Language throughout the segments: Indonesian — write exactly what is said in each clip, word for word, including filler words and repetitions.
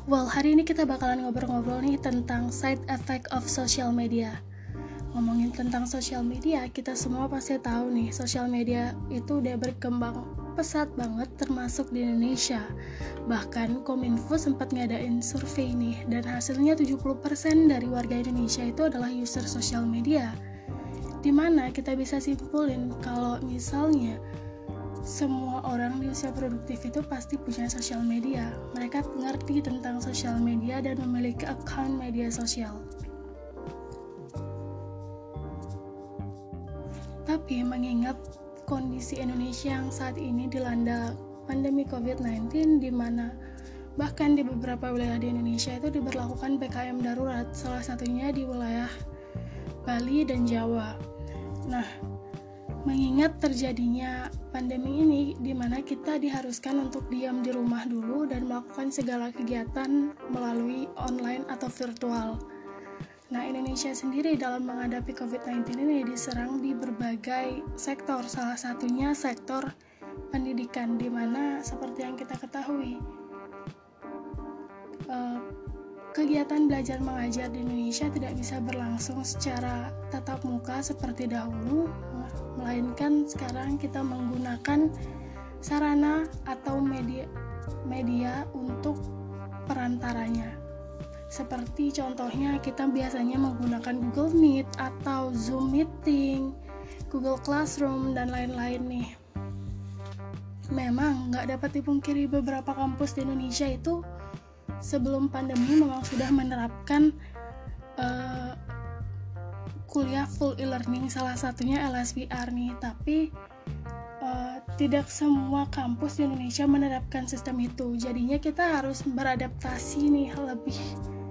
Well, hari ini kita bakalan ngobrol-ngobrol nih tentang side effect of social media. Ngomongin tentang social media, kita semua pasti tahu nih, social media itu udah berkembang pesat banget termasuk di Indonesia. Bahkan Kominfo sempat ngadain survei nih, dan hasilnya tujuh puluh persen dari warga Indonesia itu adalah user social media. Dimana kita bisa simpulin kalau misalnya semua orang di usia produktif itu pasti punya sosial media. Mereka mengerti tentang sosial media dan memiliki account media sosial. Tapi mengingat kondisi Indonesia yang saat ini dilanda pandemi covid sembilan belas, di mana bahkan di beberapa wilayah di Indonesia itu diberlakukan P K M darurat, salah satunya di wilayah Bali dan Jawa. Nah, mengingat terjadinya pandemi ini di mana kita diharuskan untuk diam di rumah dulu dan melakukan segala kegiatan melalui online atau virtual. Nah, Indonesia sendiri dalam menghadapi covid sembilan belas ini diserang di berbagai sektor, salah satunya sektor pendidikan, di mana seperti yang kita ketahui eh, kegiatan belajar mengajar di Indonesia tidak bisa berlangsung secara tatap muka seperti dahulu, melainkan sekarang kita menggunakan sarana atau media media untuk perantaranya. Seperti contohnya kita biasanya menggunakan Google Meet atau Zoom Meeting, Google Classroom, dan lain-lain nih. Memang nggak dapat dipungkiri beberapa kampus di Indonesia itu sebelum pandemi memang sudah menerapkan uh, kuliah full e-learning, salah satunya L S P R nih, tapi uh, tidak semua kampus di Indonesia menerapkan sistem itu. Jadinya kita harus beradaptasi nih, lebih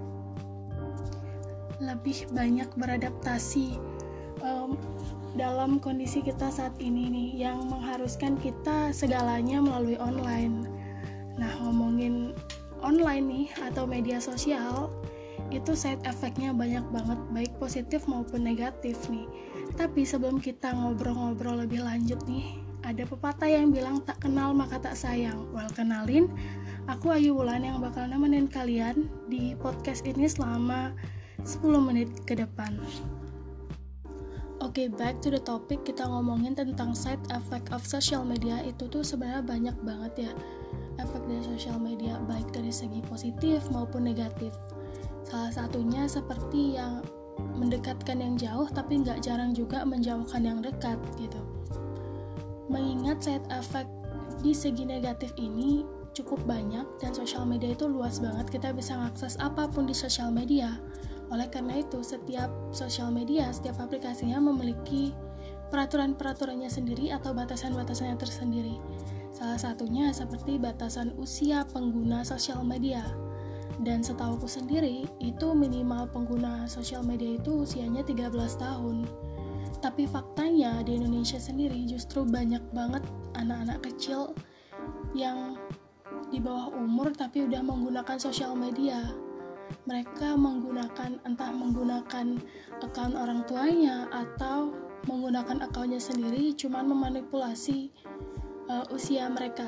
lebih banyak beradaptasi um, dalam kondisi kita saat ini nih, yang mengharuskan kita segalanya melalui online. Nah, ngomongin online nih atau media sosial, itu side effect-nya banyak banget, baik positif maupun negatif nih. Tapi sebelum kita ngobrol-ngobrol lebih lanjut nih, ada pepatah yang bilang tak kenal maka tak sayang. Well, kenalin, aku Ayu Wulan yang bakal nemenin kalian di podcast ini selama sepuluh menit ke depan. Oke, okay, back to the topic. Kita ngomongin tentang side effect of social media. Itu tuh sebenarnya banyak banget ya efek dari sosial media, baik dari segi positif maupun negatif. Salah satunya seperti yang mendekatkan yang jauh, tapi nggak jarang juga menjauhkan yang dekat gitu. Mengingat side effect di segi negatif ini cukup banyak, dan sosial media itu luas banget, kita bisa mengakses apapun di sosial media. Oleh karena itu, setiap sosial media, setiap aplikasinya memiliki peraturan-peraturannya sendiri atau batasan-batasannya tersendiri. Salah satunya seperti batasan usia pengguna sosial media. Dan setahuku sendiri, itu minimal pengguna sosial media itu usianya tiga belas tahun. Tapi faktanya di Indonesia sendiri justru banyak banget anak-anak kecil yang di bawah umur tapi udah menggunakan sosial media. Mereka menggunakan, entah menggunakan akun orang tuanya atau menggunakan akunnya sendiri, cuman memanipulasi Uh, usia mereka.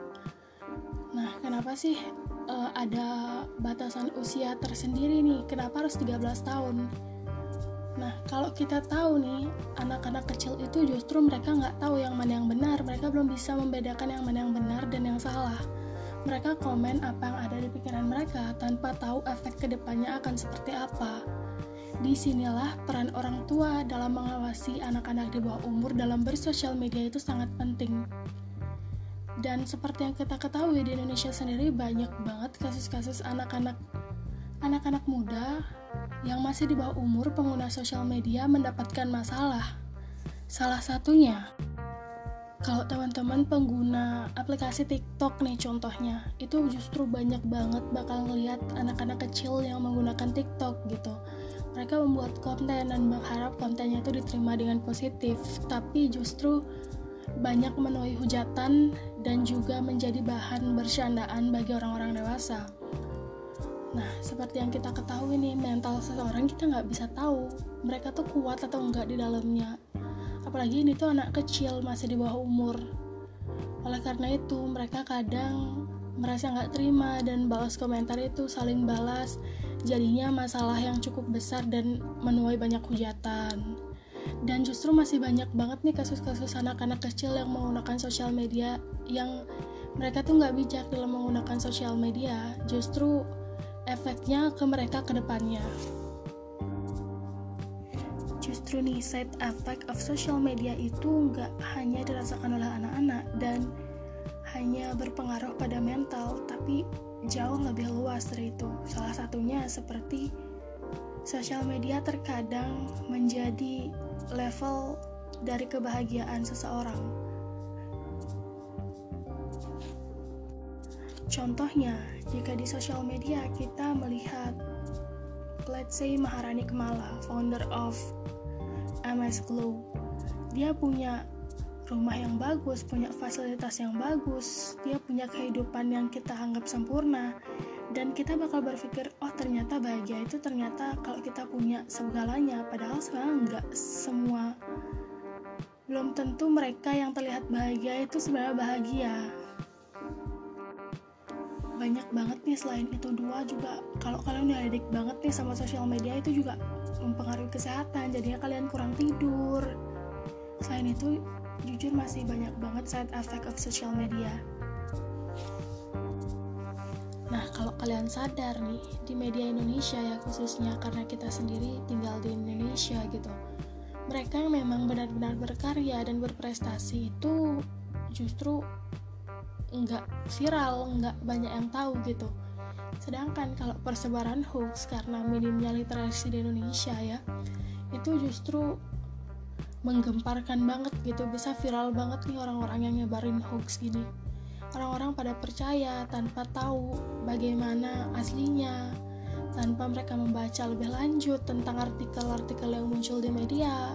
Nah, kenapa sih uh, ada batasan usia tersendiri nih? Kenapa harus tiga belas tahun? Nah, kalau kita tahu nih, anak-anak kecil itu justru mereka nggak tahu yang mana yang benar. Mereka belum bisa membedakan yang mana yang benar dan yang salah. Mereka komen apa yang ada di pikiran mereka tanpa tahu efek kedepannya akan seperti apa. Disinilah peran orang tua dalam mengawasi anak-anak di bawah umur dalam bersosial media itu sangat penting. Dan seperti yang kita ketahui di Indonesia sendiri banyak banget kasus-kasus anak-anak anak-anak muda yang masih di bawah umur pengguna sosial media mendapatkan masalah. Salah satunya, kalau teman-teman pengguna aplikasi TikTok nih contohnya, itu justru banyak banget bakal ngelihat anak-anak kecil yang menggunakan TikTok gitu. Mereka membuat konten dan berharap kontennya itu diterima dengan positif, tapi justru banyak menuai hujatan dan juga menjadi bahan bercandaan bagi orang-orang dewasa. Nah, seperti yang kita ketahui nih, mental seseorang kita nggak bisa tahu mereka tuh kuat atau enggak di dalamnya. Apalagi ini tuh anak kecil, masih di bawah umur. Oleh karena itu, mereka kadang merasa nggak terima dan balas komentar itu saling balas, jadinya masalah yang cukup besar dan menuai banyak hujatan. Dan justru masih banyak banget nih kasus-kasus anak-anak kecil yang menggunakan sosial media yang mereka tuh nggak bijak dalam menggunakan sosial media, justru efeknya ke mereka ke depannya. Justru nih, side effect of social media itu nggak hanya dirasakan oleh anak-anak dan hanya berpengaruh pada mental, tapi jauh lebih luas dari itu. Salah satunya seperti sosial media terkadang menjadi level dari kebahagiaan seseorang. Contohnya, jika di sosial media kita melihat, let's say Maharani Kamala, founder of M S Glow, dia punya rumah yang bagus, punya fasilitas yang bagus, dia punya kehidupan yang kita anggap sempurna, dan kita bakal berpikir, oh ternyata bahagia itu ternyata kalau kita punya segalanya, padahal sekarang nggak semua, belum tentu mereka yang terlihat bahagia itu sebenarnya bahagia. Banyak banget nih selain itu dua juga, kalau kalian udah addict banget nih sama sosial media itu juga mempengaruhi kesehatan, jadinya kalian kurang tidur. Selain itu jujur masih banyak banget side effect of social media. Nah, kalau kalian sadar nih, di media Indonesia ya khususnya karena kita sendiri tinggal di Indonesia gitu, mereka yang memang benar-benar berkarya dan berprestasi itu justru nggak viral, nggak banyak yang tahu gitu. Sedangkan kalau persebaran hoax karena minimnya literasi di Indonesia ya, itu justru menggemparkan banget gitu, bisa viral banget nih orang-orang yang nyebarin hoax gini. Orang-orang pada percaya tanpa tahu bagaimana aslinya, tanpa mereka membaca lebih lanjut tentang artikel-artikel yang muncul di media.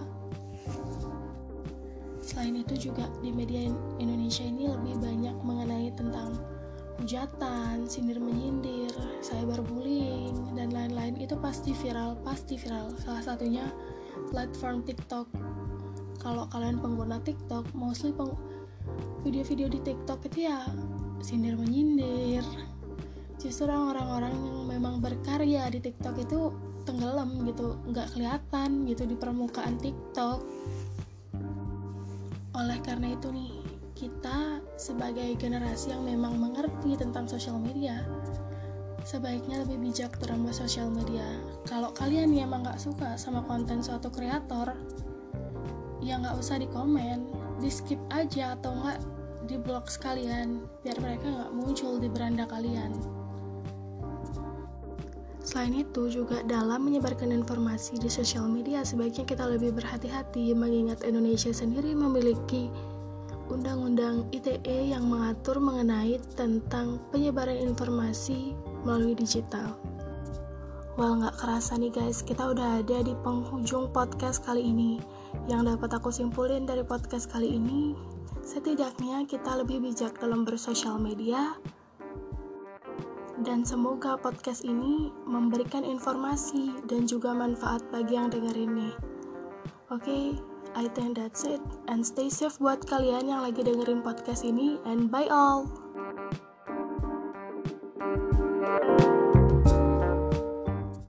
Selain itu juga di media Indonesia ini lebih banyak mengenai tentang hujatan, sindir menyindir, cyberbullying, dan lain-lain. Itu pasti viral, pasti viral. Salah satunya platform TikTok. Kalau kalian pengguna TikTok, mostly peng- video-video di TikTok itu ya sindir menyindir. Justru orang-orang yang memang berkarya di TikTok itu tenggelam gitu, nggak kelihatan gitu di permukaan TikTok. Oleh karena itu nih, kita sebagai generasi yang memang mengerti tentang sosial media, sebaiknya lebih bijak dalam sosial media. Kalau kalian yang emang nggak suka sama konten suatu kreator, ya nggak usah di komen, di skip aja atau nggak di blok sekalian, biar mereka nggak muncul di beranda kalian. Selain itu juga dalam menyebarkan informasi di sosial media, sebaiknya kita lebih berhati-hati mengingat Indonesia sendiri memiliki Undang-Undang I T E yang mengatur mengenai tentang penyebaran informasi melalui digital. Well, nggak kerasa nih guys, kita udah ada di penghujung podcast kali ini. Yang dapat aku simpulin dari podcast kali ini, setidaknya kita lebih bijak dalam bersosial media, dan semoga podcast ini memberikan informasi dan juga manfaat bagi yang dengerin nih. Oke, okay, I think that's it. And stay safe buat kalian yang lagi dengerin podcast ini. And bye all!